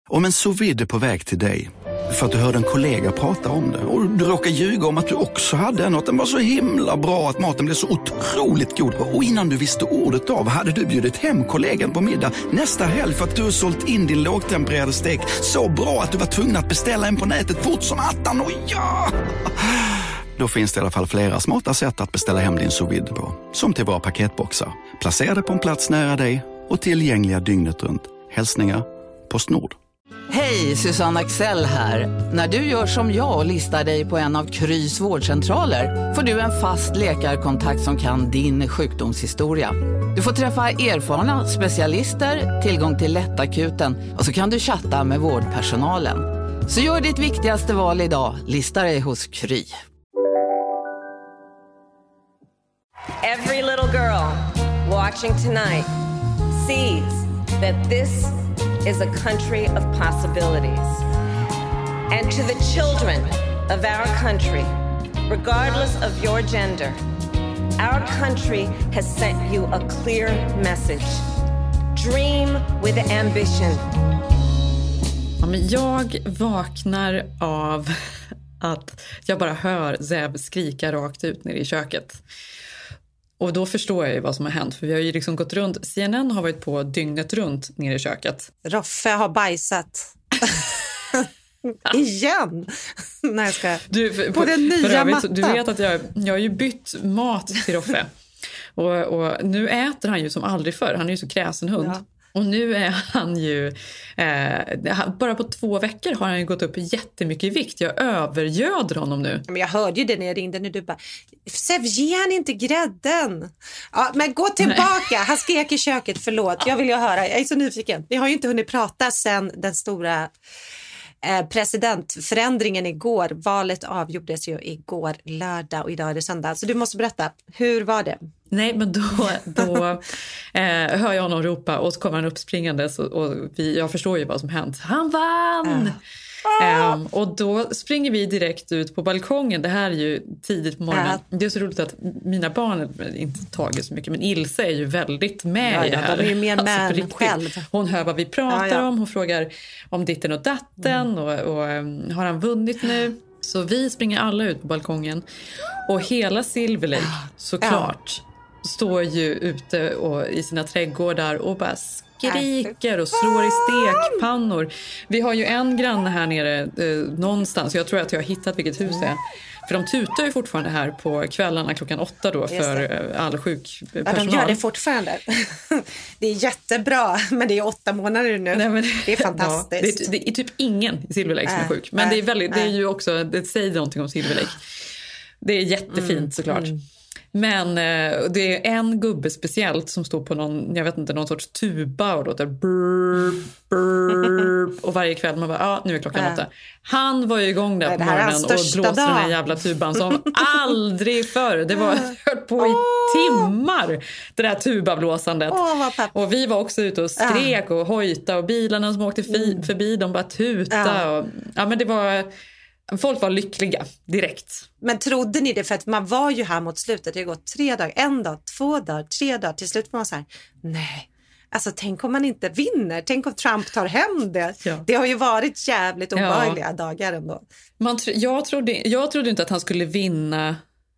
Om en sous vide är på väg till dig för att du hörde en kollega prata om det och du råkar ljuga om att du också hade en och att den var så himla bra att maten blev så otroligt god. Och innan du visste ordet av hade du bjudit hem kollegan på middag nästa helg för att du sålt in din lågtempererade stek så bra att du var tvungen att beställa en på nätet fort som attan. Och ja! Då finns det i alla fall flera smarta sätt att beställa hem din sous vide på. Som till våra paketboxar. Placerade på en plats nära dig och tillgängliga dygnet runt. Hälsningar PostNord. Hej, Susanne Axel här. När du gör som jag och listar dig på en av Krys vårdcentraler får du en fast läkarkontakt som kan din sjukdomshistoria. Du får träffa erfarna specialister, tillgång till lättakuten och så kan du chatta med vårdpersonalen. Så gör ditt viktigaste val idag, lista dig hos Kry. Every little girl watching tonight sees that this is a country of possibilities. And to the children of our country, regardless of your gender, our country has sent you a clear message. Dream with ambition. Ja, men jag vaknar av att jag bara hör Zeb skrika rakt ut nere i köket. Och då förstår jag ju vad som har hänt. För vi har ju liksom gått runt. CNN har varit på dygnet runt nere i köket. Roffe har bajsat. Igen. Nej, jag ska. På den nya mattan. Du vet att jag har ju bytt mat till Roffe. och nu äter han ju som aldrig förr. Han är ju så kräsen hund. Ja. Och nu är han ju, bara på 2 veckor har han ju gått upp jättemycket i vikt. Jag övergöder honom nu. Men jag hörde ju det när jag ringde när du bara, Sev, ge han inte grädden. Ja, men gå tillbaka. Nej. Han skrek i köket, förlåt. Jag vill ju höra, jag är så nyfiken. Vi har ju inte hunnit prata sen den stora presidentförändringen igår. Valet avgjordes ju igår lördag och idag är det söndag. Så du måste berätta, hur var det? Nej, men då hör jag honom ropa och så kommer han uppspringandes och jag förstår ju vad som hänt. Han vann! Och då springer vi direkt ut på balkongen. Det här är ju tidigt på morgonen. Det är så roligt att mina barn inte tagit så mycket, men Ilse är ju väldigt med i det här. De är ju mer med själv. Hon hör vad vi pratar om. Hon frågar om ditten och datten och har han vunnit nu? Så vi springer alla ut på balkongen och hela Silver Lake såklart står ju ute och i sina trädgårdar och bara skriker och slår i stekpannor. Vi har ju en granne här nere någonstans. Jag tror att jag har hittat vilket hus det är. För de tutar ju fortfarande här på kvällarna 8:00 då för all sjuk personal. Ja, de gör det fortfarande. Det är jättebra, men det är 8 månader nu. Nej, men, det är fantastiskt. Ja, det är typ ingen i Silver Lake som är sjuk. Men det är väldigt, det är ju också, det säger någonting om Silver Lake. Det är jättefint såklart. Men det är en gubbe speciellt som står på någon, jag vet inte, någon sorts tuba och låter burp, burp. Och varje kväll man bara, nu är klockan 8. Han var ju igång där på morgonen och blåste den här jävla tuban som aldrig förr. Det var hört på i timmar, det där tubablåsandet. Och vi var också ute och skrek och hojta och bilarna som åkte förbi, de bara tuta. Och, men det var... Folk var lyckliga direkt. Men trodde ni det? För att man var ju här mot slutet. Det har gått 3 dagar, 1 dag, 2 dagar, 3 dagar. Till slut var man så här, nej. Alltså tänk om man inte vinner. Tänk om Trump tar hem det. Ja. Det har ju varit jävligt obehagliga dagar ändå. Jag trodde inte att han skulle vinna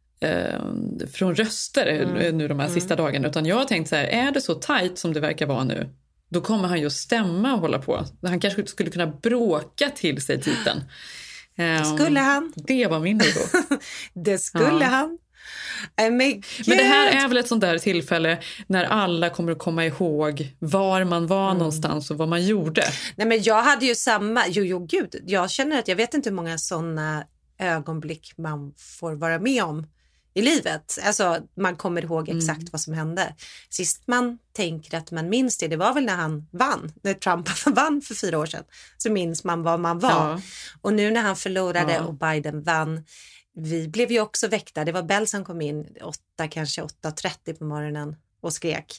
från röster nu de här sista dagarna. Utan jag har tänkt så här, är det så tajt som det verkar vara nu? Då kommer han ju stämma och hålla på. Han kanske skulle kunna bråka till sig titeln. Skulle han? Det var min oro. Det skulle han. Men det här är väl ett sånt där tillfälle när alla kommer att komma ihåg var man var någonstans och vad man gjorde. Nej, men jag hade ju samma, gud, jag känner att jag vet inte hur många sådana ögonblick man får vara med om i livet. Alltså man kommer ihåg exakt vad som hände. Sist man tänker att man minns det var väl när han vann. När Trump vann för 4 år sedan. Så minns man vad man var. Ja. Och nu när han förlorade och Biden vann. Vi blev ju också väckta. Det var Bell som kom in 8, kanske 8:30 på morgonen och skrek.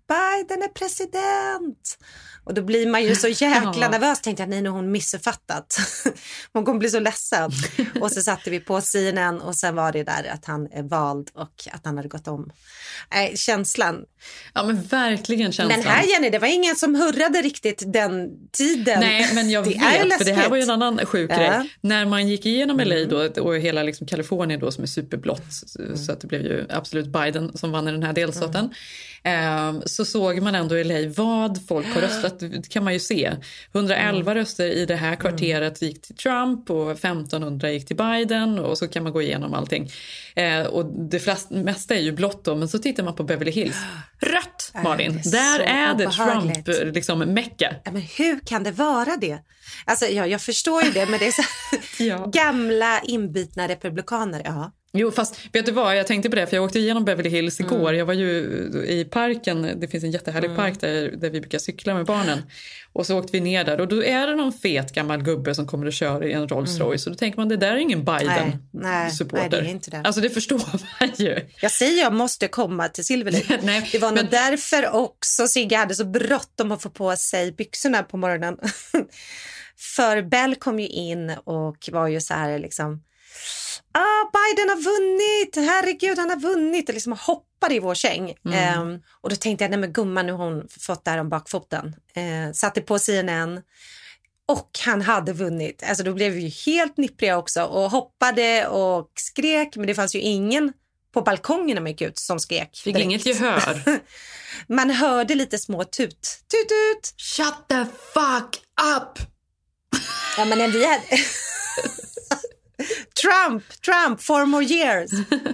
Biden är president. Och då blir man ju så jäkla nervös. Tänkte jag, nej, nu har hon missuppfattat. Hon kommer bli så ledsen. Och så satte vi på CNN och sen var det där att han är vald och att han hade gått om. Känslan. Ja, men verkligen känslan. Men här, Jenny, det var ingen som hurrade riktigt den tiden. Nej, men jag vet, för det här var ju en annan sjuk grej. När man gick igenom LA då, och hela liksom Kalifornien då som är superblått, så att det blev ju absolut Biden som vann i den här delstaten. Så såg man ändå i LA vad folk har röstat, kan man ju se. 111 röster i det här kvarteret gick till Trump och 1500 gick till Biden, och så kan man gå igenom allting. Och det mesta är ju blått då, men så tittar man på Beverly Hills. Rött, Malin. Där är det Trump liksom mecka. Ja, men hur kan det vara det? Alltså, jag förstår ju det, men det är så gamla inbitna republikaner, Jo, fast vet du vad, jag tänkte på det, för jag åkte igenom Beverly Hills igår. Jag var ju i parken, det finns en jättehärlig park där vi brukar cykla med barnen. Och så åkte vi ner där, och då är det någon fet gammal gubbe som kommer att köra i en Rolls Royce. Och då tänker man, det där är ingen Biden-supporter. Nej, det är inte det. Alltså det förstår man ju. Jag säger, jag måste komma till Silver Lake. Det var nog därför också Sigge hade så bråttom att få på sig byxorna på morgonen. För Bell kom ju in och var ju så här liksom, Biden har vunnit, herregud han har vunnit, och liksom hoppade i vår säng. Och då tänkte jag, nej men gumman, nu har hon fått där om bakfoten. Satte på CNN och han hade vunnit. Alltså då blev vi ju helt nippriga också och hoppade och skrek, men det fanns ju ingen på balkongen när man gick ut som skrek. Fick inget gehör. Man hörde lite små tut. Tut tut. Shut the fuck up. Ja, men vi hade Trump, 4 more years.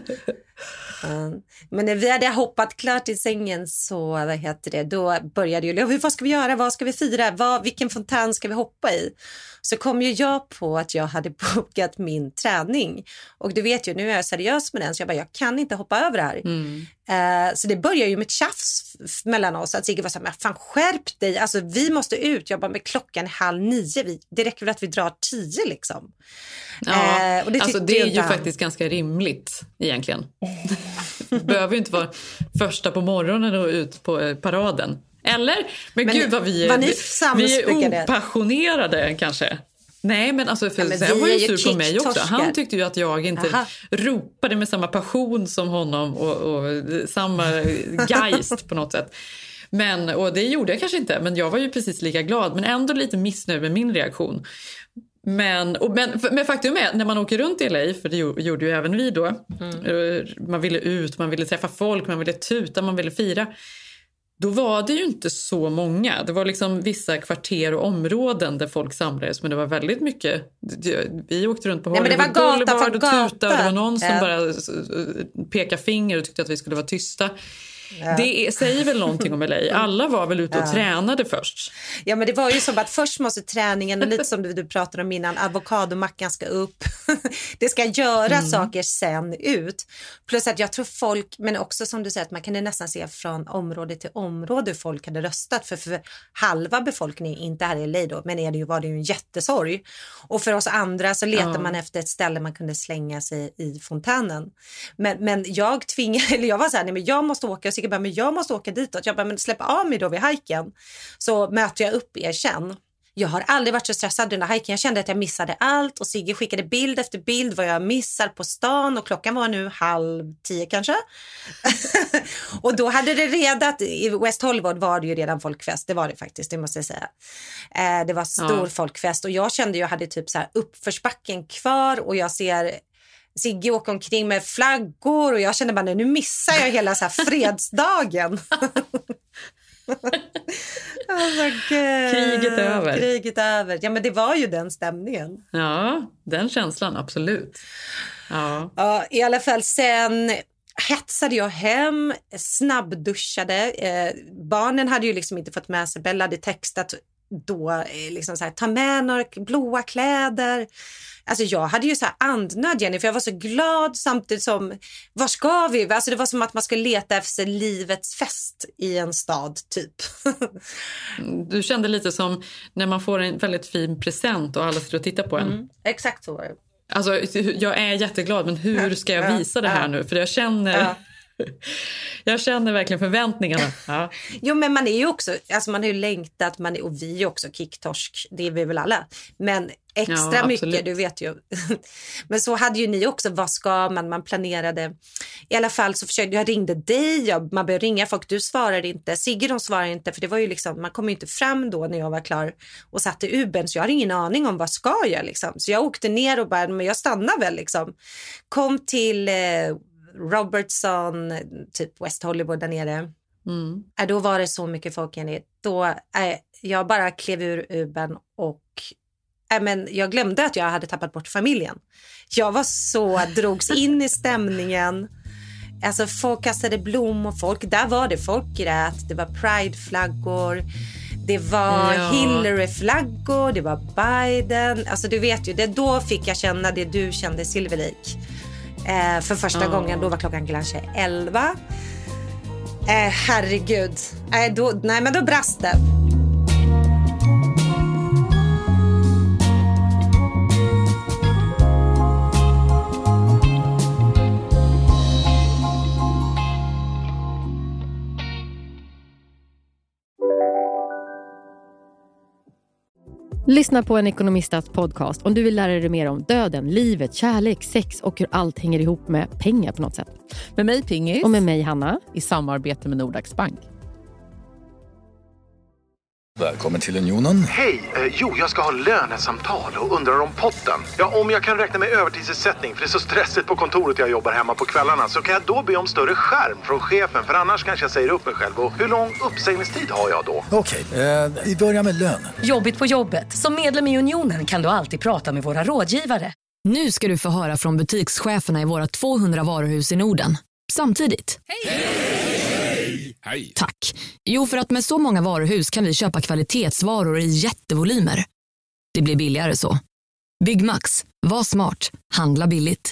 Men när vi hade hoppat klart i sängen så, då började ju, vad ska vi göra, vad ska vi fira, vilken fontän ska vi hoppa i? Så kom ju jag på att jag hade bokat min träning. Och du vet ju, nu är jag seriös med den, så jag kan inte hoppa över det här. Så det började ju med ett tjafs mellan oss. Att Sigge var så här, men fan skärp dig, alltså vi måste ut. Jag bara, med klockan 8:30, det räcker väl att vi drar 10 liksom. Ja, och det alltså det är ju faktiskt ganska rimligt egentligen. Det behöver ju inte vara första på morgonen och ut på paraden. Eller? Men gud vad vi är opassionerade kanske. Nej, men alltså för sen var ju sur på mig också. Han tyckte ju att jag inte ropade med samma passion som honom och samma geist på något sätt. Och det gjorde jag kanske inte, men jag var ju precis lika glad, men ändå lite missnöjd med min reaktion. Men faktum är, när man åker runt i LA, för det gjorde ju även vi då, man ville ut, man ville träffa folk, man ville tuta, man ville fira. Då var det ju inte så många. Det var liksom vissa kvarter och områden där folk samlades, men det var väldigt mycket. Vi åkte runt på Hollywood Boulevard och tutade, och det var någon som bara pekade finger och tyckte att vi skulle vara tysta. Ja. Det säger väl någonting om LA. Alla var väl ute och tränade först. Ja, men det var ju som att först måste träningen, och lite som du pratade om innan, avokadomackan ska upp. Det ska göra saker sen ut. Plus att jag tror folk, men också som du säger, att man kan nästan se från område till område hur folk hade röstat. För halva befolkningen, inte här i LA då, men var det ju en jättesorg. Och för oss andra så letar man efter ett ställe man kunde slänga sig i fontänen. Men jag var så här, nej men jag måste åka. Och så bara, men jag måste åka ditåt. Jag bara, men släpp av mig då vid hajken. Så möter jag upp er sen. Jag har aldrig varit så stressad den där hajken. Jag kände att jag missade allt. Och Sigge skickade bild efter bild vad jag missar på stan. Och klockan var nu 9:30 kanske. Och då hade det redan, i West Hollywood var det ju redan folkfest. Det var det faktiskt, det måste jag säga. Det var stor folkfest. Och jag kände, jag hade typ så här uppförsbacken kvar. Och jag ser Sigge åker omkring med flaggor, och jag kände bara, nu missar jag hela så här fredsdagen. Kriget över. Ja, men det var ju den stämningen. Ja, den känslan, absolut. Ja, i alla fall sen hetsade jag hem, snabbduschade. Barnen hade ju liksom inte fått med sig, Bella hade textat då liksom så här, ta med några blåa kläder. Alltså jag hade ju så här andnöd, Jenny, för jag var så glad samtidigt som, var ska vi? Alltså det var som att man skulle leta efter livets fest i en stad typ. Du kände lite som när man får en väldigt fin present och alla sitter och tittar på en. Exakt så var det. Alltså jag är jätteglad, men hur ska jag visa det här nu? För jag känner Jag känner verkligen förväntningarna. Ja. Jo, men man är ju också, alltså man har ju längtat, och vi är också kicktorsk, det är vi väl alla. Men extra mycket, du vet ju. Men så hade ju ni också, vad ska man planerade. I alla fall så försökte jag ringde dig, man började ringa folk, du svarade inte. Sigge, de svarade inte, för det var ju liksom, man kom ju inte fram då när jag var klar och satt i Ubern, så jag har ingen aning om vad ska jag liksom. Så jag åkte ner och bara, men jag stannar väl liksom. Kom till Robertson, typ West Hollywood där nere. Då var det så mycket folk i. Då jag bara klev ur Ubern och men jag glömde att jag hade tappat bort familjen. Jag var så drogs in i stämningen. Alltså folk kastade blommor, där var det, folk grät, det var Pride-flaggor, det var Hillary-flaggor, det var Biden. Alltså du vet ju, då fick jag känna det du kände, Silver Lake. För första gången, då var klockan kanske 11. Herregud. Men då brast det. Lyssna på en ekonomistats podcast om du vill lära dig mer om döden, livet, kärlek, sex och hur allt hänger ihop med pengar på något sätt. Med mig Pingis. Och med mig Hanna. I samarbete med Nordax Bank. Välkommen till Unionen. Hej, jag ska ha lönesamtal och undrar om potten. Ja, om jag kan räkna med övertidsersättning för det är så stressigt på kontoret, jag jobbar hemma på kvällarna, så kan jag då be om större skärm från chefen, för annars kanske jag säger upp mig själv. Och hur lång uppsägningstid har jag då? Okej, vi börjar med lön. Jobbigt på jobbet. Som medlem i Unionen kan du alltid prata med våra rådgivare. Nu ska du få höra från butikscheferna i våra 200 varuhus i Norden. Samtidigt. Hej! Hej! Tack. Jo, för att med så många varuhus kan vi köpa kvalitetsvaror i jättevolymer. Det blir billigare så. Byggmax. Var smart. Handla billigt.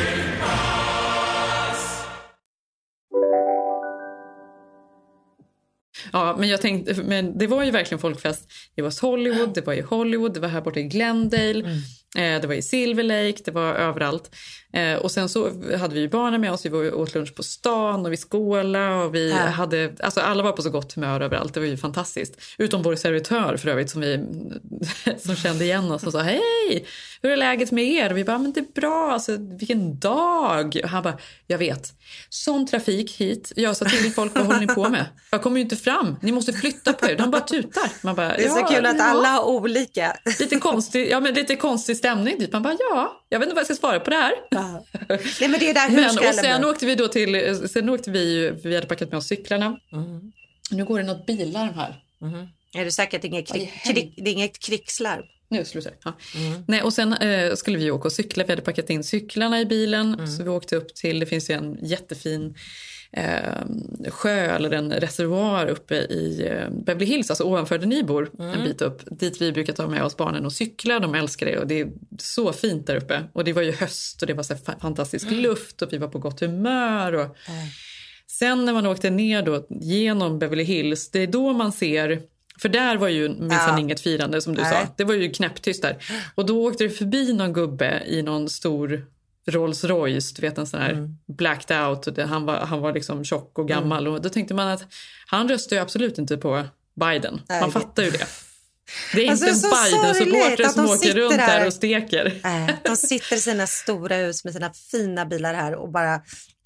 Ja, men jag tänkte, men det var ju verkligen folkfest i West Hollywood, det var i Hollywood, det var här borta i Glendale, det var i Silver Lake, det var överallt. Och sen så hade vi ju barnen med oss, vi var åt lunch på stan och vi skålade och vi hade, alltså alla var på så gott humör överallt, det var ju fantastiskt. Utom vår servitör för övrigt som kände igen oss och sa hej, hur är läget med er? Och vi bara, men det är bra, alltså vilken dag. Och han bara, jag vet, sån trafik hit, jag sa till folk, vad håller ni på med? Jag kommer ju inte fram, ni måste flytta på er, de bara tutar. Man bara, det är så kul att alla har olika. Lite konstig stämning dit. Man bara, jag vet inte vad jag ska svara på det här. Nej, men det är där hur och sen åkte vi då vi hade packat med oss cyklarna. Nu går det något bilarm här. Är du säker att det är inget krigslarm? Nu slutar ja. Nej, och sen skulle vi åka och cykla. Vi hade packat in cyklarna i bilen. Så vi åkte upp till, det finns ju en jättefin sjö eller en reservoar uppe i Beverly Hills, alltså ovanför där ni bor, en bit upp, dit vi brukar ta med oss barnen och cykla. De älskar det och det är så fint där uppe, och det var ju höst och det var så fantastisk luft och vi var på gott humör och sen när man åkte ner då genom Beverly Hills, det är då man ser, för där var ju minsann inget firande som du sa, det var ju knäpptyst där, och då åkte det förbi någon gubbe i någon stor Rolls Royce, du vet, en sån här blacked out, och han var liksom tjock och gammal, och då tänkte man att han röstar ju absolut inte på Biden. Man fattar ju det. Det är inte en Biden-supporter som åker runt där och steker. De sitter i sina stora hus med sina fina bilar här och bara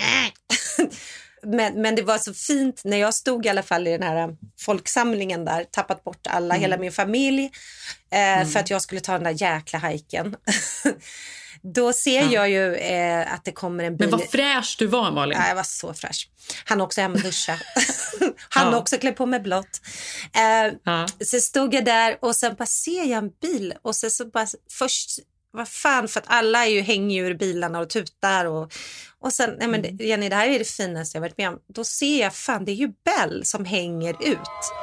Men det var så fint när jag stod i alla fall i den här folksamlingen där, tappat bort alla, hela min familj, för att jag skulle ta den där jäkla hajken. Då ser jag ju att det kommer en bil. Men vad fräsch du var, Malin. Ja, jag var så fräsch. Han också hem och duscha. Han också klev på med blått. Så stod jag där och sen bara ser jag en bil. Och så bara först, vad fan, för att alla hänger ju ur bilarna och tutar. Och sen, nej men Jenny, det här är det finaste jag varit med om. Då ser jag, fan, det är ju Bell som hänger ut.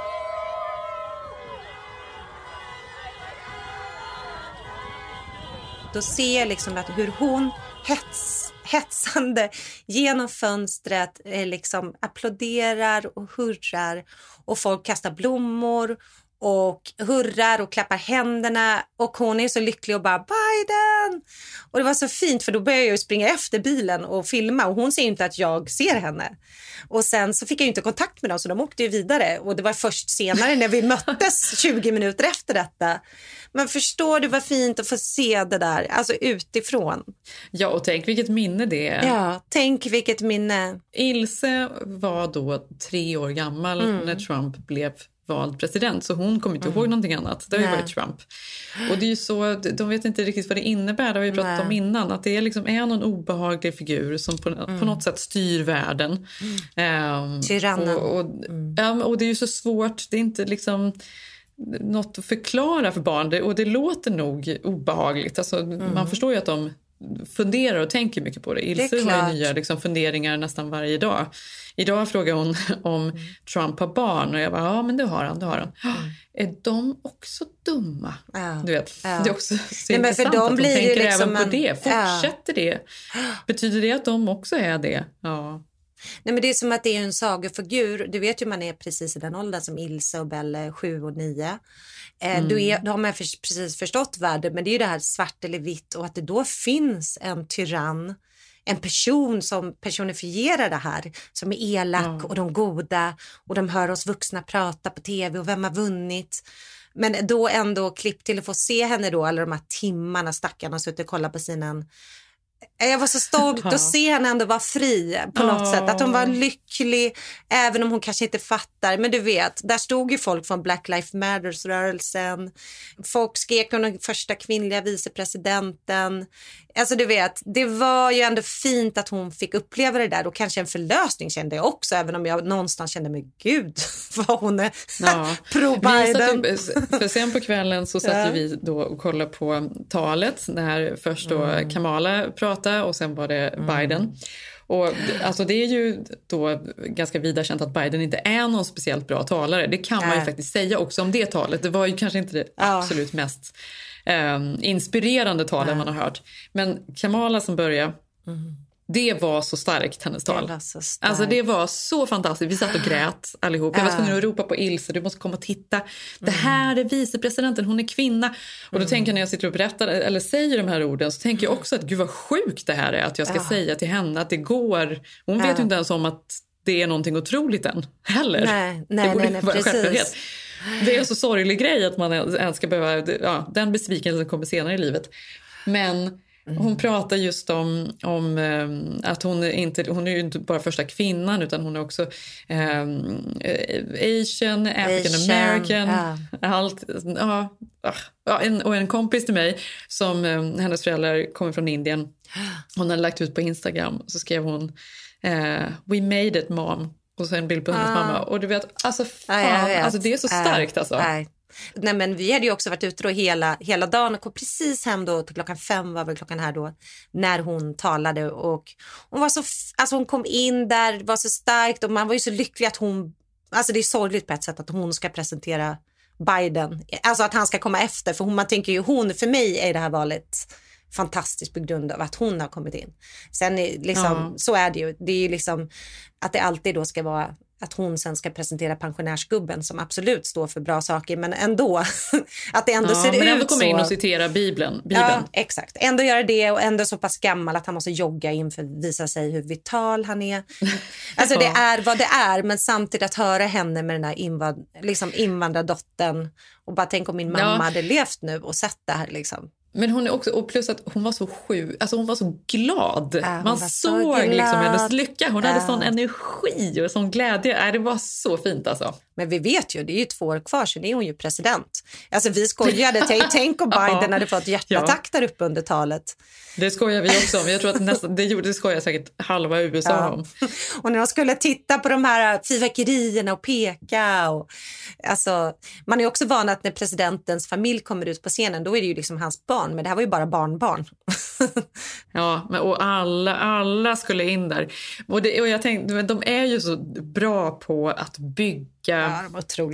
Då ser jag liksom att hur hon hetsande genom fönstret liksom applåderar och hurrar, och folk kastar blommor och hurrar och klappar händerna och hon är så lycklig och bara Biden. Och det var så fint för då började jag ju springa efter bilen och filma och hon ser inte att jag ser henne. Och sen så fick jag ju inte kontakt med dem så de åkte ju vidare och det var först senare när vi möttes 20 minuter efter detta. Men förstår du vad fint att få se det där, alltså utifrån. Ja, och tänk vilket minne det är. Ja, tänk vilket minne. Ilse var då 3 år gammal när Trump blev vald president, så hon kommer inte ihåg någonting annat. Det har ju varit Trump. Och det är ju så, de vet inte riktigt vad det innebär, det har vi pratat om innan, att det liksom är någon obehaglig figur som på något sätt styr världen. Tyrannen. Och det är ju så svårt, det är inte liksom något att förklara för barn, och det låter nog obehagligt. Alltså, man förstår ju att de funderar och tänker mycket på det. Ilse har ju nya liksom, funderingar nästan varje dag. Idag frågar hon om Trump har barn och jag bara, ja men det har han. Är de också dumma? Ja. Du vet, det är också så intressant att de tänker liksom även på det. Fortsätter det? Betyder det att de också är det? Ja. Nej, men det är som att det är en sagofigur. Du vet ju man är precis i den åldern som Ilse och Belle 7 och 9. Då har man precis förstått världen, men det är ju det här svart eller vitt och att det då finns en tyrann, en person som personifierar det här, som är elak och de goda och de hör oss vuxna prata på tv och vem har vunnit. Men då ändå klipp till att få se henne då alla de här timmarna stackarna och suttit och kolla på sinen. Jag var så stolt att se henne ändå vara fri på något sätt. Att hon var lycklig, även om hon kanske inte fattar. Men du vet, där stod ju folk från Black Lives Matters-rörelsen. Folk skrek om den första kvinnliga vicepresidenten. Alltså du vet, det var ju ändå fint att hon fick uppleva det där. Och kanske en förlösning kände jag också, även om jag någonstans kände mig, gud, vad hon är pro-Biden. För sen på kvällen så satt ju vi då och kollade på talet när först då Kamala pratade och sen var det Biden. Och alltså det är ju då ganska vidarekänt att Biden inte är någon speciellt bra talare. Det kan man ju faktiskt säga också om det talet. Det var ju kanske inte det absolut mest inspirerande talet man har hört. Men Kamala som började, det var så starkt, hennes tal. Alltså det var så fantastiskt. Vi satt och grät allihop. Jag var tvungen att ropa på Ilse, du måste komma och titta. Det här är vicepresidenten, hon är kvinna. Och då tänker jag när jag sitter och berättar eller säger de här orden, så tänker jag också att gud vad sjukt det här är. Att jag ska säga till henne att det går. Hon vet ju inte ens om att det är någonting otroligt än heller. Nej, precis. Det är en så sorglig grej att man ens ska behöva, den besvikelsen kommer senare i livet. Men hon pratar just om att hon är ju inte bara första kvinnan, utan hon är också Asian, African American, allt. Och en kompis till mig som hennes föräldrar kommer från Indien. Hon hade lagt ut på Instagram, så skrev hon We made it mom, och så en bild på hennes mamma. Och du vet, alltså fan, alltså det är så starkt alltså. Nej, men vi hade ju också varit ute då hela dagen och kom precis hem då till 5:00 var väl klockan här då, när hon talade, och hon var så, alltså hon kom in där, var så starkt, och man var ju så lycklig att hon, alltså det är sorgligt på ett sätt att hon ska presentera Biden, alltså att han ska komma efter, för man tänker ju för mig är det här valet fantastiskt på grund av att hon har kommit in. Sen liksom, så är det är ju liksom att det alltid då ska vara att hon sen ska presentera pensionärsgubben som absolut står för bra saker, men ändå att det ändå ser ut så. Men ändå kommer in och citera Bibeln. Ja, exakt. Ändå göra det, och ändå så pass gammal att han måste jogga inför att visa sig hur vital han är. Alltså det är vad det är, men samtidigt att höra henne med den här invandrardottern och bara tänk om min mamma hade levt nu och sett det här liksom. Men hon är också, och plus att hon var så alltså hon var så glad. Man såg liksom hennes lycka. Hon hade sån energi och sån glädje. Det var så fint alltså. Men vi vet ju, det är ju 2 år kvar, så är hon ju president. Alltså vi skojade, tänk om Biden hade fått hjärtattack där uppe under talet. Det skojar vi också om. Jag tror att det skojar säkert halva USA om. Och när de skulle titta på de här fyrverkerierna och peka. Alltså, man är också van att när presidentens familj kommer ut på scenen, då är det ju liksom hans barn. Men det här var ju bara barnbarn. Och alla skulle in där. Och jag tänkte, de är ju så bra på att bygga,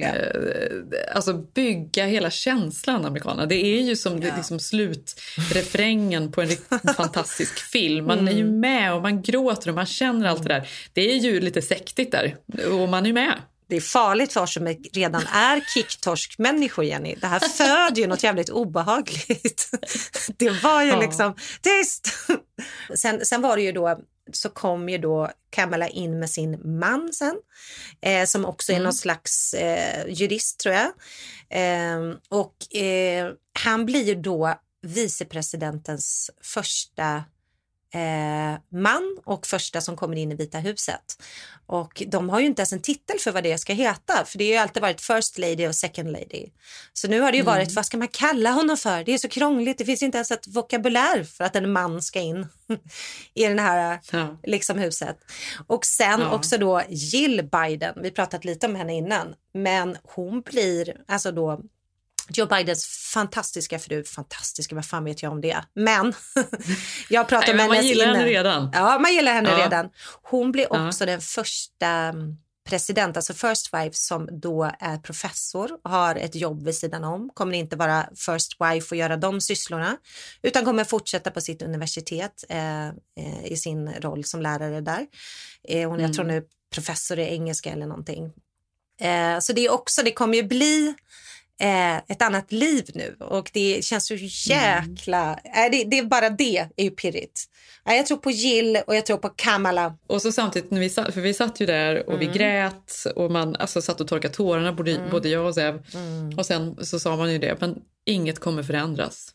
alltså bygga hela känslan, amerikanerna. Det är ju som liksom slutrefrängen på en fantastisk film. Man är ju med och man gråter och man känner allt det där. Det är ju lite sektigt där och man är med. Det är farligt för oss som redan är kicktorsk-människor, Jenny. Det här föder ju något jävligt obehagligt. Det var ju liksom, tyst! Sen var det ju då, så kom ju då Kamala in med sin man sen. Som också är någon slags jurist, tror jag. Och han blir ju då vicepresidentens första man och första som kommer in i Vita huset. Och de har ju inte ens en titel för vad det ska heta, för det har ju alltid varit first lady och second lady. Så nu har det ju varit, vad ska man kalla honom för? Det är så krångligt, det finns inte ens ett vokabulär för att en man ska in i den här liksom huset. Och sen också då Jill Biden, vi pratat lite om henne innan, men hon blir alltså då Joe Bidens fantastiska fru, vad fan vet jag om det. Men jag pratar med man gillar henne redan. Ja, man gillar henne redan. Hon blir också den första president, alltså first wife, som då är professor och har ett jobb vid sidan om. Kommer inte vara first wife och göra de sysslorna, utan kommer fortsätta på sitt universitet i sin roll som lärare där. Hon jag tror nu professor i engelska eller någonting. Så det är också, det kommer ju bli ett annat liv nu, och det känns så jäkla det är bara det är ju pirrigt. Jag tror på Jill och jag tror på Kamala. Och så samtidigt när vi satt ju där och vi grät och man alltså satt och torkade tårarna både jag och Zev. Och sen så sa man ju det, men inget kommer förändras.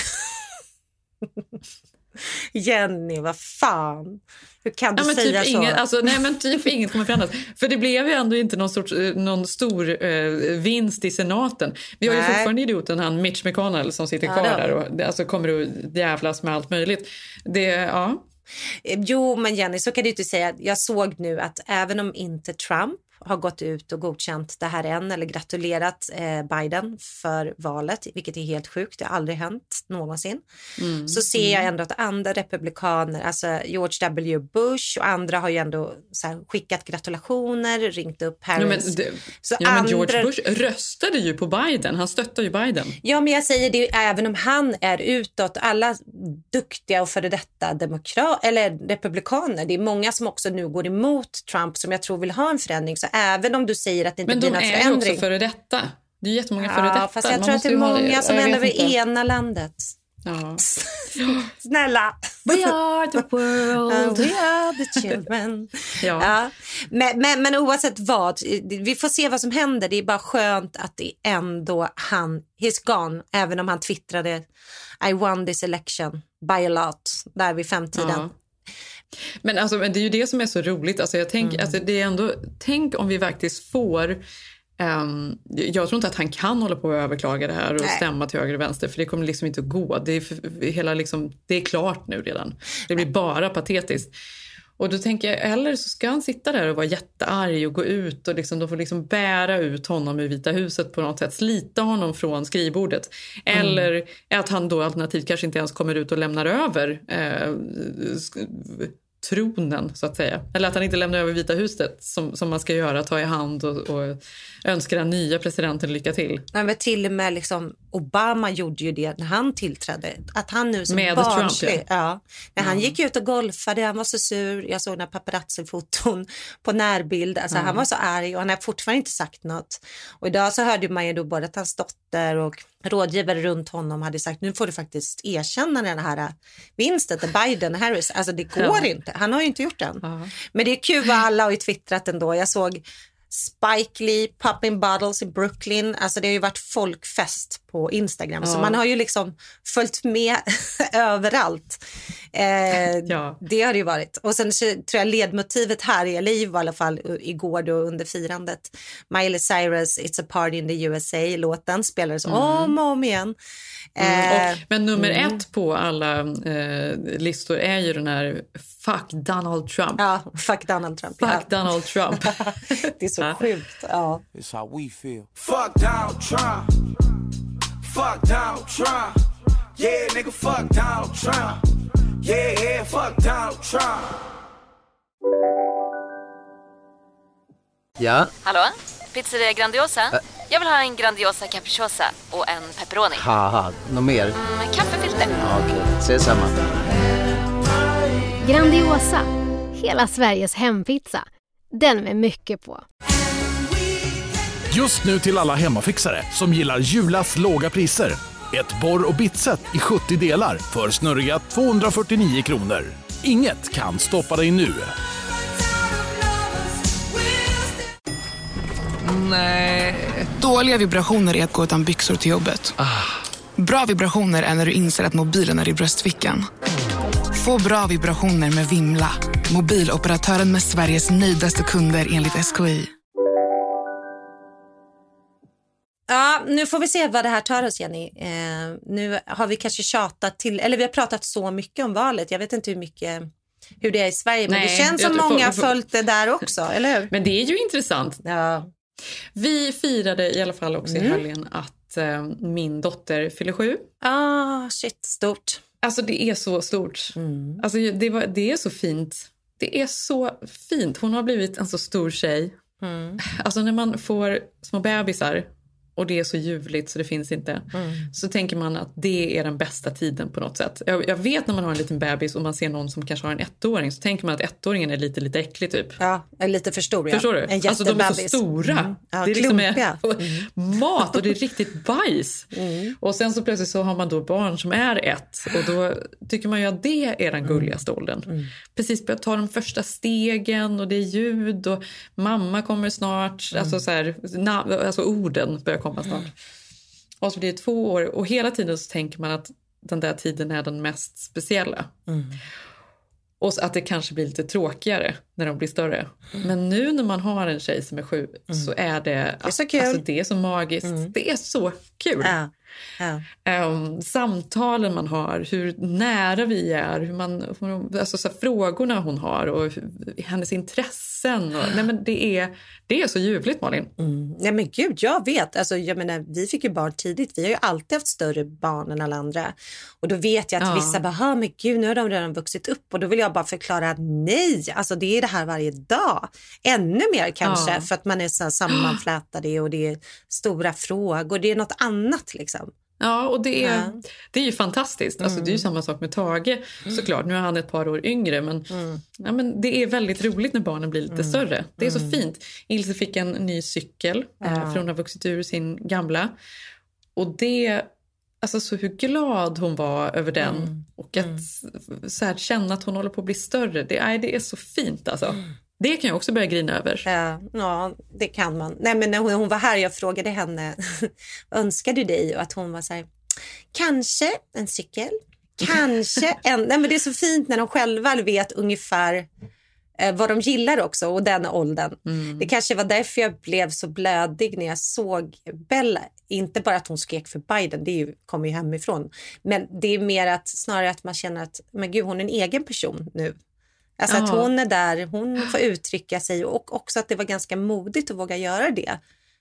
Jenny, vad fan? Hur kan du säga typ så? Inget kommer förändras. För det blev ju ändå inte någon stor vinst i senaten. Vi har ju fortfarande idioten han Mitch McConnell som sitter kvar där och alltså kommer att jävlas med allt möjligt. Jo, men Jenny, så kan du inte säga. Jag såg nu att även om inte Trump har gått ut och godkänt det här än eller gratulerat Biden för valet, vilket är helt sjukt, det har aldrig hänt någonsin. Så ser jag ändå att andra republikaner, alltså George W. Bush och andra har ju ändå så här, skickat gratulationer, ringt upp Harris. Men George Bush röstade ju på Biden, han stöttar ju Biden. Ja, men jag säger det, även om han är utåt, alla duktiga och före detta republikaner, det är många som också nu går emot Trump som jag tror vill ha en förändring, så även om du säger att det inte blir någon förändring. Men de är ju också före detta. Det är jättemånga före detta. Fast jag tror att det är många som ändå vill ena landet. Ja. Snälla. We are the world. We are the children. Men oavsett vad, vi får se vad som händer. Det är bara skönt att det ändå he's gone. Även om han twittrade I won this election by a lot. Där vid 5-tiden. Men det är ju det som är så roligt. Alltså jag tänker, det är ändå, tänk om vi faktiskt får. Jag tror inte att han kan hålla på att överklaga det här och stämma till höger och vänster, för det kommer liksom inte att gå. Det är klart nu redan. Det blir bara patetiskt. Och då tänker jag, eller så ska han sitta där och vara jättearg och gå ut och liksom, de får liksom bära ut honom ur Vita huset på något sätt, slita honom från skrivbordet. Eller att han då alternativt kanske inte ens kommer ut och lämnar över tronen, så att säga. Eller att han inte lämnar över Vita huset som man ska göra, ta i hand och önska den nya presidenten lycka till. Nej, men till och med liksom Obama gjorde ju det när han tillträdde. Att han nu som med barnslig, Trump, när han gick ut och golfade, han var så sur. Jag såg några paparazzi-foton på närbild. Alltså han var så arg och han har fortfarande inte sagt något. Och idag så hörde man ju då både att hans dotter och rådgivare runt honom hade sagt, nu får du faktiskt erkänna den här vinsten till Biden och Harris. Alltså det går inte. Han har ju inte gjort den. Men det är kul vad alla har ju twittrat ändå. Jag såg Spike Lee, popping bottles i Brooklyn. Alltså det har ju varit folkfest på Instagram. Så man har ju liksom följt med överallt. Det har det ju varit. Och sen så tror jag ledmotivet här i LA var i alla fall igår då under firandet. Miley Cyrus, It's a Party in the USA-låten spelades om och om igen. Men nummer 1 på alla listor är ju den här Fuck Donald Trump. Ja, fuck Donald Trump. Fuck Donald Trump. Det är så sjukt. Ja. It's how we feel. Fuck Donald Trump. Fuck Donald Trump. Yeah, nigga, fuck Donald Trump. Yeah, fuck Donald Trump. Ja? Hallå? Pizzeria Grandiosa? Jag vill ha en Grandiosa capriciosa och en pepperoni. Haha, något mer? Kaffefilter. Ja, okej, ses samma. Grandiosa, hela Sveriges hempizza. Den med mycket på. Just nu till alla hemmafixare som gillar Julas låga priser. Ett borr- och bitset i 70 delar för snurriga 249 kronor. Inget kan stoppa dig nu. Nej. Dåliga vibrationer är att gå utan byxor till jobbet. Bra vibrationer är när du inser att mobilen är i bröstfickan. Få bra vibrationer med Vimla. Mobiloperatören med Sveriges nöjdaste kunder enligt SKI. Ja, nu får vi se vad det här tar oss, Jenny. Nu har vi kanske tjatat till, eller vi har pratat så mycket om valet. Jag vet inte hur det är i Sverige, men det känns som många har följt det där också, eller hur? Men det är ju intressant. Ja. Vi firade i alla fall också i helgen att min dotter fyller 7. Shit, stort. Alltså det är så stort. Alltså det är så fint. Det är så fint. Hon har blivit en så stor tjej. Alltså när man får små bebisar och det är så ljuvligt så det finns inte. Så tänker man att det är den bästa tiden på något sätt. Jag vet när man har en liten bebis och man ser någon som kanske har en 1-åring, så tänker man att 1-åringen är lite äcklig typ. Ja, lite för stor. Ja. Förstår du? En alltså de är så stora. Ja, det är liksom mat och det är riktigt bajs. Och sen så plötsligt så har man då barn som är 1 och då tycker man ju att det är den gulligaste åldern. Precis börjar ta de första stegen och det är ljud och mamma kommer snart. Alltså så här, alltså orden börjar komma snart. Och så blir det 2 år och hela tiden så tänker man att den där tiden är den mest speciella. Och att det kanske blir lite tråkigare när de blir större. Men nu när man har en tjej som är 7 så är det så kul. Alltså det är så magiskt. Det är så kul. Samtalen man har, hur nära vi är, alltså så frågorna hon har och hennes intressen och, nej men det är så ljuvligt, Malin. Nej men gud, jag vet, alltså jag menar, vi fick ju barn tidigt, vi har ju alltid haft större barn än alla andra och då vet jag att vissa bara, men gud, nu har de redan vuxit upp och då vill jag bara förklara, nej, alltså det är det här varje dag, ännu mer kanske för att man är så här sammanflätade och det är stora frågor, det är något annat liksom. Ja, och det är ju fantastiskt. Alltså, det är ju samma sak med Tage, såklart. Nu är han ett par år yngre, men, ja, men det är väldigt roligt när barnen blir lite större. Det är så fint. Ilse fick en ny cykel, för hon har vuxit ur sin gamla. Och det, alltså så hur glad hon var över den. Och att så här, känna att hon håller på att bli större. Det är så fint alltså. Det kan jag också börja grina över. Ja, det kan man. Nej, men när hon var här, jag frågade henne, önskar du dig? Och att hon var så här, kanske en cykel, kanske en... Nej, men det är så fint när de själva vet ungefär vad de gillar också och den åldern. Det kanske var därför jag blev så blödig när jag såg Bella. Inte bara att hon skrek för Biden, det kommer ju hemifrån. Men det är mer att snarare att man känner att men gud, hon är en egen person nu. Alltså att hon är där, hon får uttrycka sig och också att det var ganska modigt att våga göra det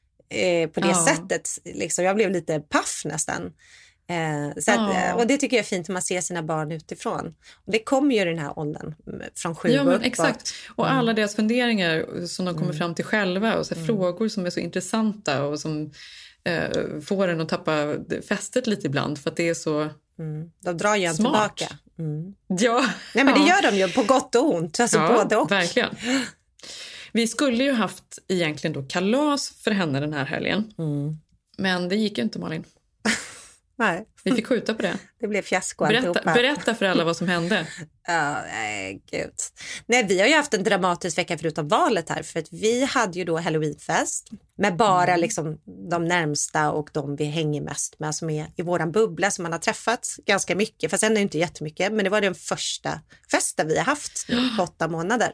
på det sättet. Liksom, jag blev lite paff nästan. Så att, och det tycker jag är fint när man ser sina barn utifrån. Och det kommer ju i den här åldern från 7 Ja, men exakt. Och alla deras funderingar som de kommer fram till själva och så frågor som är så intressanta och som får en att tappa fästet lite ibland för att det är så de drar ju en tillbaka. Ja. Nej, men det gör de ju på gott och ont. Alltså både och. Verkligen. Vi skulle ju haft egentligen då kalas för henne den här helgen. Men det gick ju inte, Malin. Nej. Vi fick skjuta på det. Det blev fiasko. Berätta för alla vad som hände. Nej, gud. Nej, vi har ju haft en dramatisk vecka förutom valet här. För att vi hade ju då Halloweenfest med bara liksom de närmsta och de vi hänger mest med som är i våran bubbla som man har träffat ganska mycket. Fast sen är det inte jättemycket. Men det var den första festen vi har haft på 8 månader.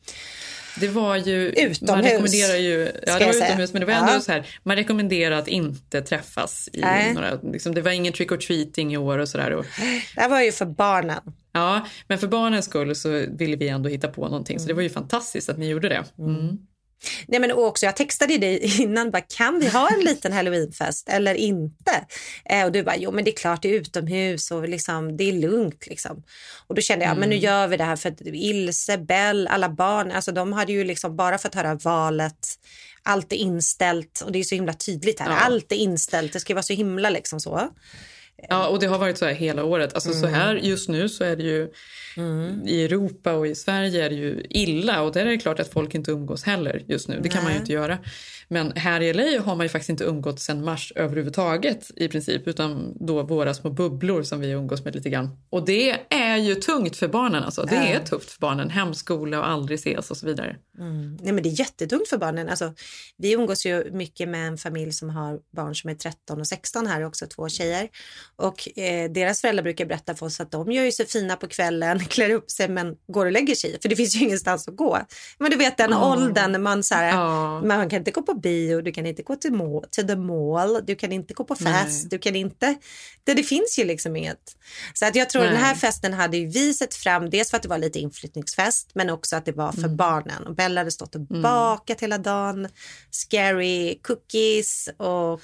Det var ju utomhus. Man rekommenderar ju det var utomhus men det var ändå så här, man rekommenderar att inte träffas i några liksom, det var ingen trick or treating i år och så där och det var ju för barnen. Ja, men för barnens skull så ville vi ändå hitta på någonting så det var ju fantastiskt att ni gjorde det. Nej, men också jag textade dig innan bara, kan vi ha en liten Halloweenfest eller inte? Och du bara, jo men det är klart det är utomhus och liksom, det är lugnt liksom. Och då kände jag, men nu gör vi det här för att Ilse, Bell, alla barn, alltså de hade ju liksom bara fått höra valet, allt är inställt och det är så himla tydligt här, allt är inställt, det ska vara så himla liksom så. Ja, och det har varit så här hela året. Alltså så här just nu så är det ju i Europa och i Sverige är det ju illa. Och där är det klart att folk inte umgås heller just nu. Det kan man ju inte göra. Men här i LA har man ju faktiskt inte umgått sedan mars överhuvudtaget i princip, utan då våra små bubblor som vi umgås med lite grann. Och det är ju tungt för barnen alltså. Det är tufft för barnen. Hemskola och aldrig ses och så vidare. Nej, men det är jättetungt för barnen. Alltså, vi umgås ju mycket med en familj som har barn som är 13 och 16 här, också 2 tjejer. Och deras föräldrar brukar berätta för oss att de gör ju så fina på kvällen, klär upp sig men går och lägger sig. För det finns ju ingenstans att gå. Men du vet den åldern när man så här, man kan inte gå på bio, du kan inte gå till the mall, du kan inte gå på fest, du kan inte, det finns ju liksom inget. Så att jag tror den här festen hade ju vi sett fram, dels för att det var lite inflyttningsfest, men också att det var för barnen. Och Bella hade stått och bakat hela dagen, scary cookies och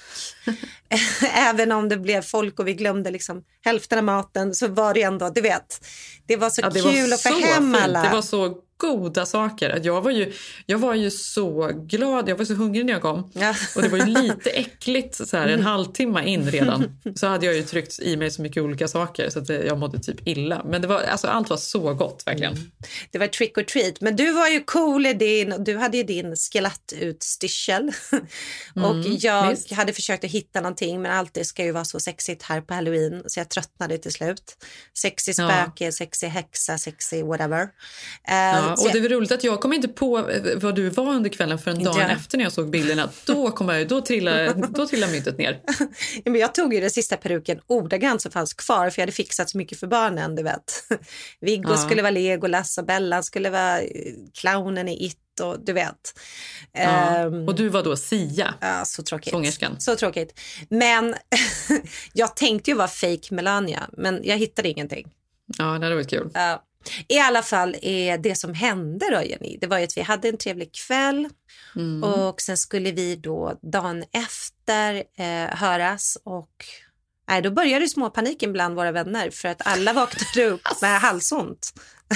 även om det blev folk och vi glömde liksom hälften av maten, så var det ändå, du vet, det var så kul att få hem alla. Det var så goda saker. Jag var ju så glad. Jag var så hungrig när jag kom. Ja. Och det var ju lite äckligt så här, en halvtimme in redan. Så hade jag ju tryckt i mig så mycket olika saker så att jag mådde typ illa. Men det var, alltså, allt var så gott verkligen. Det var trick or treat. Men du var ju cool i du hade ju din skelettutstyrsel. Och jag hade försökt att hitta någonting, men allt det ska ju vara så sexigt här på Halloween. Så jag tröttnade till slut. Sexig spöke, sexig häxa, sexig whatever. Och det var roligt att jag kom inte på vad du var under kvällen för en dag efter när jag såg bilderna. Då trillade myntet ner. Men jag tog ju den sista peruken ordagrant som fanns kvar, för jag hade fixat så mycket för barnen, du vet. Viggo skulle vara Legolas och Bella skulle vara clownen i It. Och du vet. Och du var då Sia. Ja, så tråkigt. Sångerskan. Så tråkigt. Men jag tänkte ju vara fake Melania, men jag hittade ingenting. Ja, det var kul. I alla fall är det som hände då, Jenny, det var ju att vi hade en trevlig kväll och sen skulle vi då dagen efter höras och då började småpaniken bland våra vänner för att alla vaknade upp med halsont.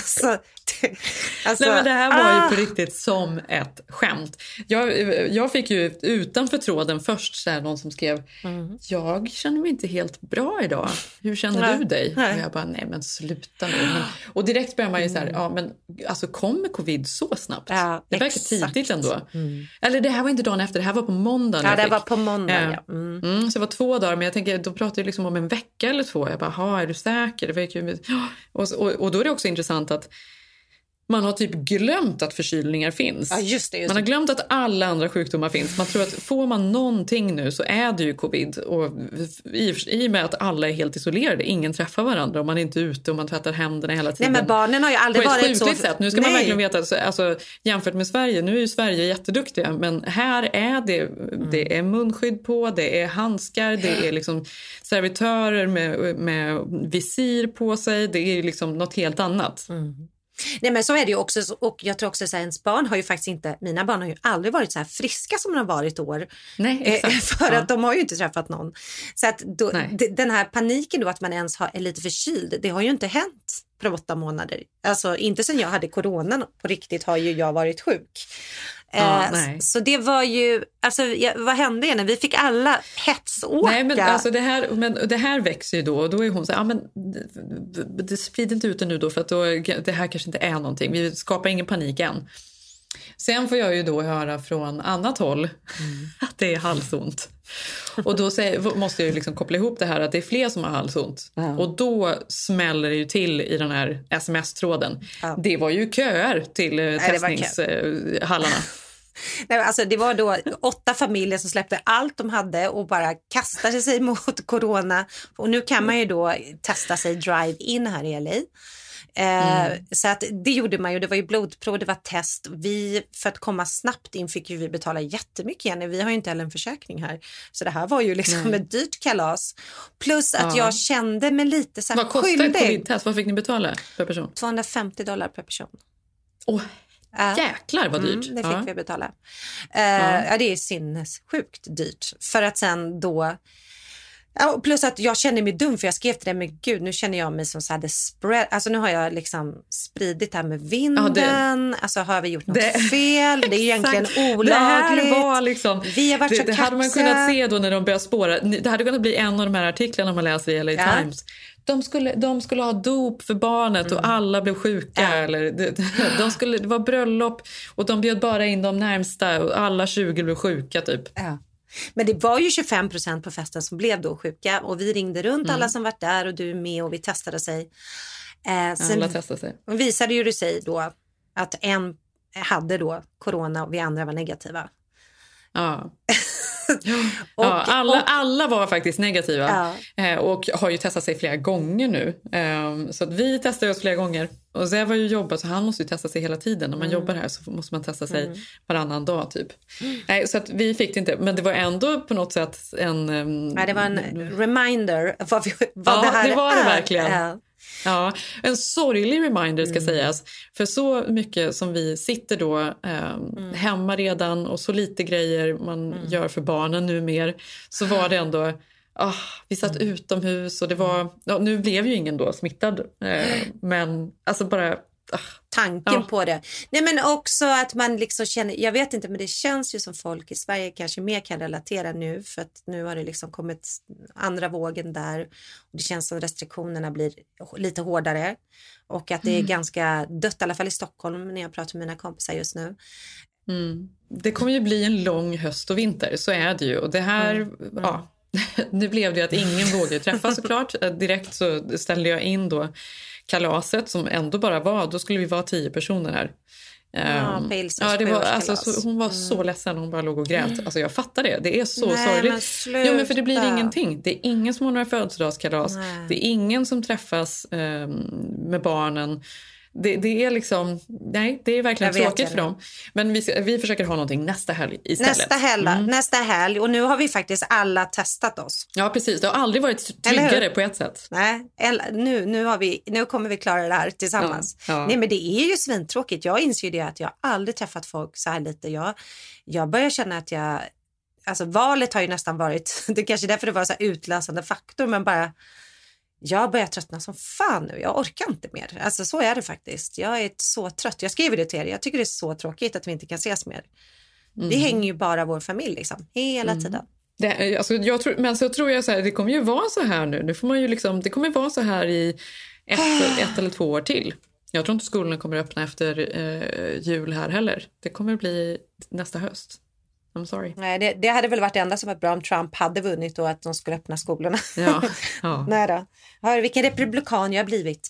Nej, men det här var ju på riktigt som ett skämt. Jag fick ju utanför tråden först så här, någon som skrev jag känner mig inte helt bra idag. Hur känner du dig? Och jag bara, nej men sluta nu. Och direkt börjar man ju så här, men alltså kommer covid så snabbt? Ja, det verkar tidigt ändå. Eller det här var inte dagen efter, det här var på måndagen. Ja, det var på måndag, så det var 2 dagar, men jag tänker, då pratar vi liksom om en vecka eller 2. Jag bara, är du säker? Det verkar ju... och då är det också intressant att man har typ glömt att förkylningar finns. Ja, just det. Man har glömt att alla andra sjukdomar finns. Man tror att får man någonting nu så är det ju covid. Och i och med att alla är helt isolerade, ingen träffar varandra och man är inte ute och man tvättar händerna hela tiden. Nej, men barnen har ju aldrig varit så... sätt. Nu ska man verkligen veta, alltså, jämfört med Sverige, nu är ju Sverige jätteduktiga, men här är det är munskydd på, det är handskar, det är liksom servitörer med visir på sig, det är liksom något helt annat. Nej, men så är det ju också, och jag tror också att ens barn har ju faktiskt inte, mina barn har ju aldrig varit så här friska som de har varit år. Nej, exakt. För att de har ju inte träffat någon. Så att då, den här paniken då att man ens är lite förkyld, det har ju inte hänt på 8 månader. Alltså inte sen jag hade corona på riktigt har ju jag varit sjuk. Så det var ju, alltså vad hände igen? Vi fick alla hetsåka. Nej, men alltså det här växer ju då, och då är hon så här, men det sprider inte ut det nu då, för att då, det här kanske inte är någonting. Vi skapar ingen panik än. Sen får jag ju då höra från annat håll att det är halsont. Och då måste jag ju liksom koppla ihop det här att det är fler som har halsont. Och då smäller det ju till i den här sms-tråden. Det var ju köer till testningshallarna. Nej, alltså det var då 8 familjer som släppte allt de hade och bara kastade sig mot corona. Och nu kan man ju då testa sig drive-in här i LA. Så att det gjorde man ju, det var ju blodprov, det var test. För att komma snabbt in fick ju vi betala jättemycket igen. Vi har ju inte heller en försäkring här. Så det här var ju liksom ett dyrt kalas. Plus att jag kände mig lite så här skyldig. Vad kostar ett covid-test? Vad fick ni betala per person? $250 per person. Jäklar vad dyrt. Det fick vi betala. Det är sinnessjukt dyrt. För att sen då... plus att jag känner mig dum för jag skrev till det, men gud, nu känner jag mig som så hade spread. Alltså nu har jag liksom spridit det här med vinden. Alltså har vi gjort något fel? Det är egentligen olagligt. Det här var liksom, vi har varit så det hade man kunnat se då när de började spåra. Det hade kunnat bli en av de här artiklarna man läser i LA Times. De skulle ha dop för barnet och alla blev sjuka. Eller, det var bröllop och de bjöd bara in de närmsta och alla 20 blev sjuka typ. Ja. Men det var ju 25% på festen som blev då sjuka och vi ringde runt alla som varit där och du är med och vi testade sig. Alla testade sig. Visade ju det sig då att en hade då corona och vi andra var negativa. Ja. Alla var faktiskt negativa och har ju testat sig flera gånger nu. Så att vi testade oss flera gånger. Och så var ju jobbat så han måste ju testa sig hela tiden. När man jobbar här så måste man testa sig varannan dag typ. Nej, så att vi fick det inte. Men det var ändå på något sätt en... det var en reminder vad det här det var är. Det verkligen. Ja, en sorglig reminder ska sägas. För så mycket som vi sitter då hemma redan och så lite grejer man gör för barnen nu mer, så var det ändå vi satt utomhus och det var nu blev ju ingen då smittad men alltså bara tanken på det. Nej, men också att man liksom känner, jag vet inte, men det känns ju som folk i Sverige kanske mer kan relatera nu, för att nu har det liksom kommit andra vågen där och det känns som restriktionerna blir lite hårdare och att det är ganska dött, i alla fall i Stockholm när jag pratar med mina kompisar just nu. Det kommer ju bli en lång höst och vinter, så är det ju, och det här nu blev det att ingen vågade träffas såklart. Direkt så ställde jag in då kalaset som ändå bara var, då skulle vi vara 10 personer här. Det var, alltså, hon var så ledsen, hon bara låg och grät. Alltså jag fattar det, det är så sorgligt. Men för det blir ingenting. Det är ingen som har några födelsedagskalas. Det är ingen som träffas med barnen. Det är liksom, nej, det är verkligen tråkigt för dem. Men vi försöker ha någonting nästa helg istället. Nästa helg. Och nu har vi faktiskt alla testat oss. Ja, precis. Det har aldrig varit tryggare på ett sätt. Nej, nu kommer vi klara det här tillsammans. Ja. Nej, men det är ju svintråkigt. Jag inser ju det att jag aldrig träffat folk så här lite. Jag börjar känna att alltså valet har ju nästan varit, det kanske är därför det var så här utlösande faktor, men bara jag börjar tröttna som fan nu. Jag orkar inte mer. Alltså så är det faktiskt. Jag är så trött. Jag skriver det till er. Jag tycker det är så tråkigt att vi inte kan ses mer. Det hänger ju bara vår familj liksom. Hela tiden. Jag tror så här, det kommer ju vara så här nu. Det får man ju liksom, det kommer vara så här i ett eller 2 år till. Jag tror inte skolorna kommer att öppna efter jul här heller. Det kommer bli nästa höst. I'm sorry. Nej, det hade väl varit det enda som var bra om Trump hade vunnit och att de skulle öppna skolorna. Ja. Nej då. Hör, vilken republikan jag har blivit.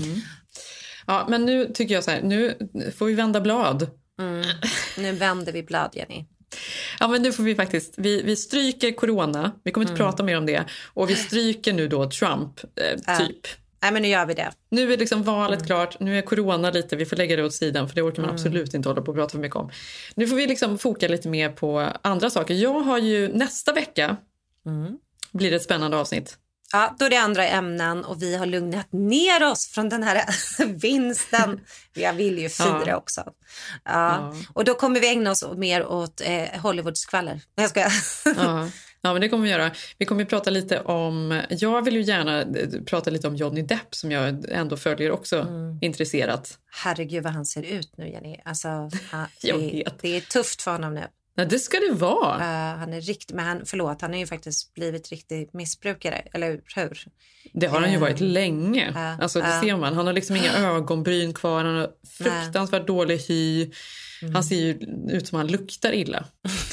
Ja, men nu tycker jag så här, nu får vi vända blad. Nu vänder vi blad, Jenny. Ja, men nu får vi faktiskt, vi stryker corona. Vi kommer inte prata mer om det. Och vi stryker nu då Trump, typ. Nej, men nu gör vi det. Nu är liksom valet klart. Nu är corona lite, vi får lägga det åt sidan, för det orkar man absolut inte hålla på och prata för mycket om. Nu får vi liksom foka lite mer på andra saker. Jag har ju nästa vecka blir det ett spännande avsnitt. Ja, då är det andra ämnen och vi har lugnat ner oss från den här vinsten. Jag vill ju fira också. Ja. Och då kommer vi ägna oss mer åt Hollywoodskvaller. Jag ska. Ja, men det kommer vi göra. Vi kommer prata lite om, jag vill ju gärna prata lite om Johnny Depp som jag ändå följer också intresserat. Herregud vad han ser ut nu, Jenny. Alltså, det är tufft för honom nu. Nej, det ska det vara. Han är riktigt, men han är ju faktiskt blivit riktigt missbrukare, eller hur? Det har han ju varit länge. Alltså det ser man. Han har liksom inga ögonbryn kvar. Han har fruktansvärt dålig hy. Han ser ju ut som han luktar illa.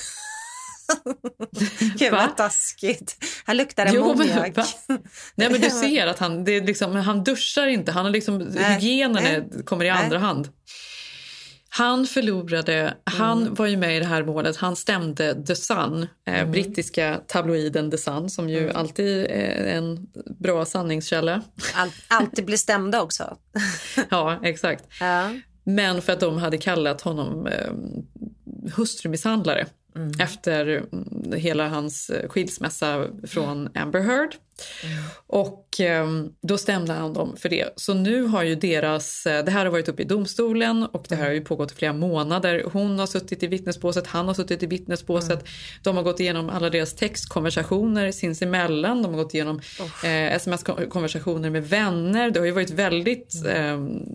Gud vad taskigt. Han luktar ammoniak. Nej, men du ser att han duschar inte. Han har liksom, hygienen kommer i andra hand. Han förlorade, han var ju med i det här målet, han stämde The Sun, brittiska tabloiden The Sun, som ju alltid är en bra sanningskälla. Alltid blir stämda också. Ja, exakt. Men för att de hade kallat honom hustrumisshandlare efter hela hans skilsmässa från Amber Heard. Och då stämde han dem för det. Så nu har ju det här har varit uppe i domstolen och det här har ju pågått i flera månader. Hon har suttit i vittnesbåset, han har suttit i vittnesbåset. De har gått igenom alla deras textkonversationer sinsemellan. De har gått igenom sms-konversationer med vänner. Det har ju varit väldigt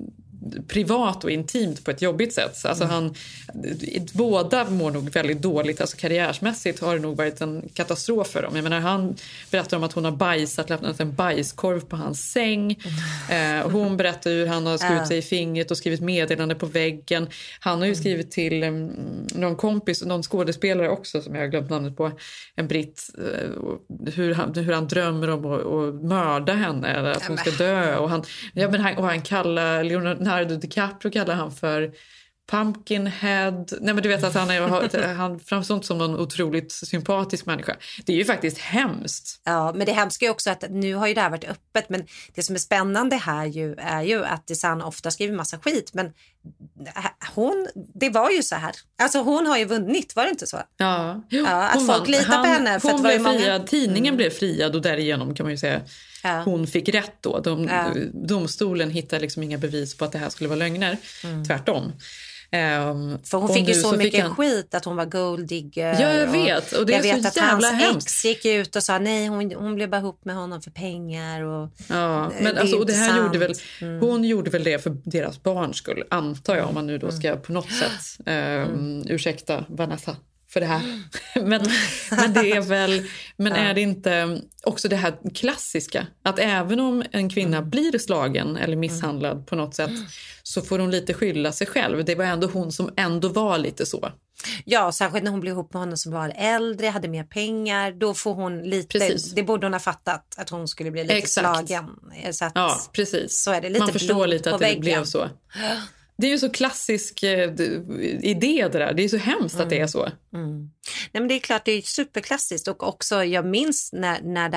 privat och intimt på ett jobbigt sätt. Alltså båda mår nog väldigt dåligt. Alltså karriärsmässigt har det nog varit en katastrof för dem. Jag menar, han berättar om att hon har lämnat en bajskorv på hans säng. Hon berättar hur han har skurit sig i fingret och skrivit meddelande på väggen. Han har ju skrivit till någon skådespelare också som jag har glömt namnet på, en britt, hur han drömmer om att mörda henne eller att hon ska dö. Och han kallar Leonardo DiCaprio kallar han för Pumpkinhead. Nej, men du vet att han framstår som en otroligt sympatisk människa. Det är ju faktiskt hemskt. Ja, men det hemska är också att nu har ju det här varit öppet, men det som är spännande här är ju att Desanne ofta skriver massa skit, men det var ju så här. Alltså hon har ju vunnit, var det inte så? Ja, att folk litar på henne. För hon att blev friad, tidningen blev friad och därigenom kan man ju säga hon fick rätt då. Domstolen hittade liksom inga bevis på att det här skulle vara lögner. Tvärtom. För hon fick ju så mycket skit att hon var golddigger. Ja, jag vet. Och det är vet så att jävla hans hemskt. ex gick ut och sa nej, hon blev bara ihop med honom för pengar. Och, men alltså, och det här gjorde väl, hon gjorde väl det för deras barns skull, antar jag, om man nu då ska på något sätt ursäkta Vanessa för det här. men det är väl, är det inte också det här klassiska att även om en kvinna blir slagen eller misshandlad på något sätt, så får hon lite skylla sig själv. Det var ändå hon som ändå var lite så. Ja, särskilt när hon blev ihop med honom som var äldre, hade mer pengar, då får hon lite, precis. Det borde hon ha fattat att hon skulle bli lite slagen. Så att, ja, precis. Så är det lite. Man förstår lite att det blev så. Det är ju så klassisk idé det där. Det är så hemskt att det är så. Nej, men det är klart, det är superklassiskt. Och också, jag minns när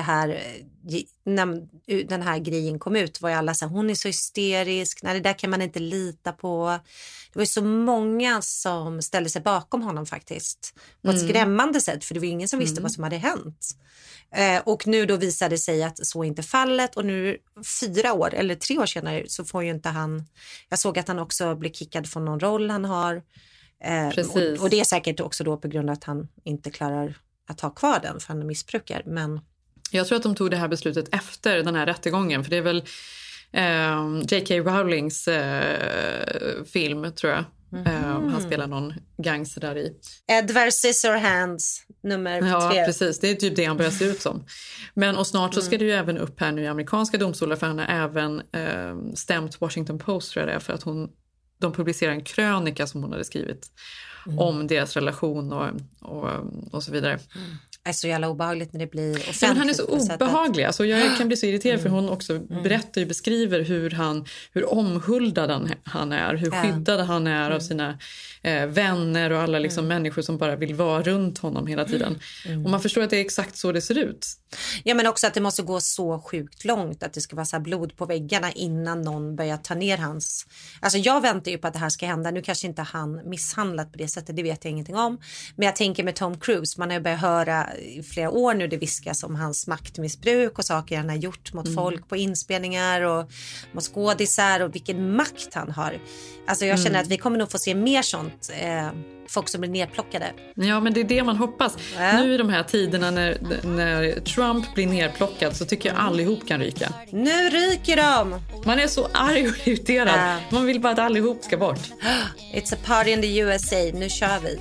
den här grejen kom ut, var ju alla så här, hon är så hysterisk. Nej, det där kan man inte lita på. Det var ju så många som ställde sig bakom honom faktiskt. På ett skrämmande sätt, för det var ingen som visste vad som hade hänt. Och nu då visade det sig att så inte fallet, och nu 4 år eller 3 år senare så får ju inte han, jag såg att han också blev kickad från någon roll han har, och det är säkert också då på grund av att han inte klarar att ha kvar den för han missbrukar. Men jag tror att de tog det här beslutet efter den här rättegången, för det är väl J.K. Rowlings film, tror jag. Han spelar någon gangster där i. Edward Scissorhands nummer 3. Ja, precis. Det är typ det han börjar se ut som. Men och snart så ska det ju även upp här nu i amerikanska domstolar, för han har även stämt Washington Post, tror jag det är, för att de publicerar en krönika som hon hade skrivit om deras relation och så vidare. Det är så jävla obehagligt när det blir offentligt. Ja, men han är så obehaglig. Alltså, jag kan bli så irriterad för hon också berättar och beskriver hur omhuldad han är. Hur skyddad han är av sina vänner och alla liksom människor som bara vill vara runt honom hela tiden. Och man förstår att det är exakt så det ser ut. Ja, men också att det måste gå så sjukt långt att det ska vara så här blod på väggarna innan någon börjar ta ner hans. Alltså jag väntar ju på att det här ska hända. Nu kanske inte han misshandlat på det sättet, det vet jag ingenting om. Men jag tänker med Tom Cruise, man har ju börjat höra i flera år nu, det viskas om hans maktmissbruk och saker han har gjort mot folk på inspelningar och mot skådisar och vilken makt han har. Alltså jag känner att vi kommer nog få se mer sånt. Folk som blir nerplockade. Ja, men det är det man hoppas. Nu i de här tiderna när Trump blir nerplockad, så tycker jag allihop kan ryka. Nu ryker de! Man är så arg och irriterad. Man vill bara att allihop ska bort. It's a party in the USA. Nu kör vi.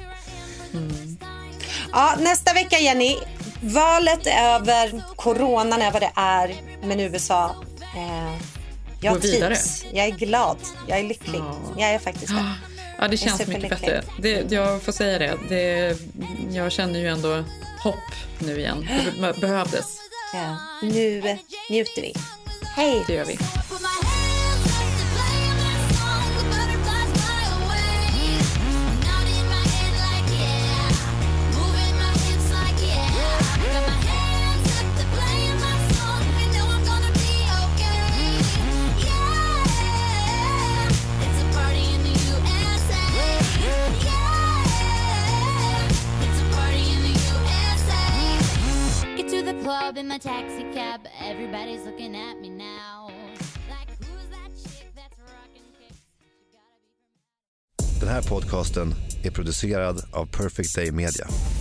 Ja, nästa vecka, Jenny. Valet är över. Coronan är vad det är. Men USA... jag trivs. Jag är glad. Jag är lycklig. Jag är faktiskt det. Ja, det känns mycket bättre. Jag får säga det. Jag känner ju ändå hopp nu igen. Det behövdes. Ja, nu njuter vi. Hej! Det gör vi. In my taxi cab, everybody's looking at me now. Like, who's that chick that's rocking kicks? Den här podcasten är producerad av Perfect Day Media.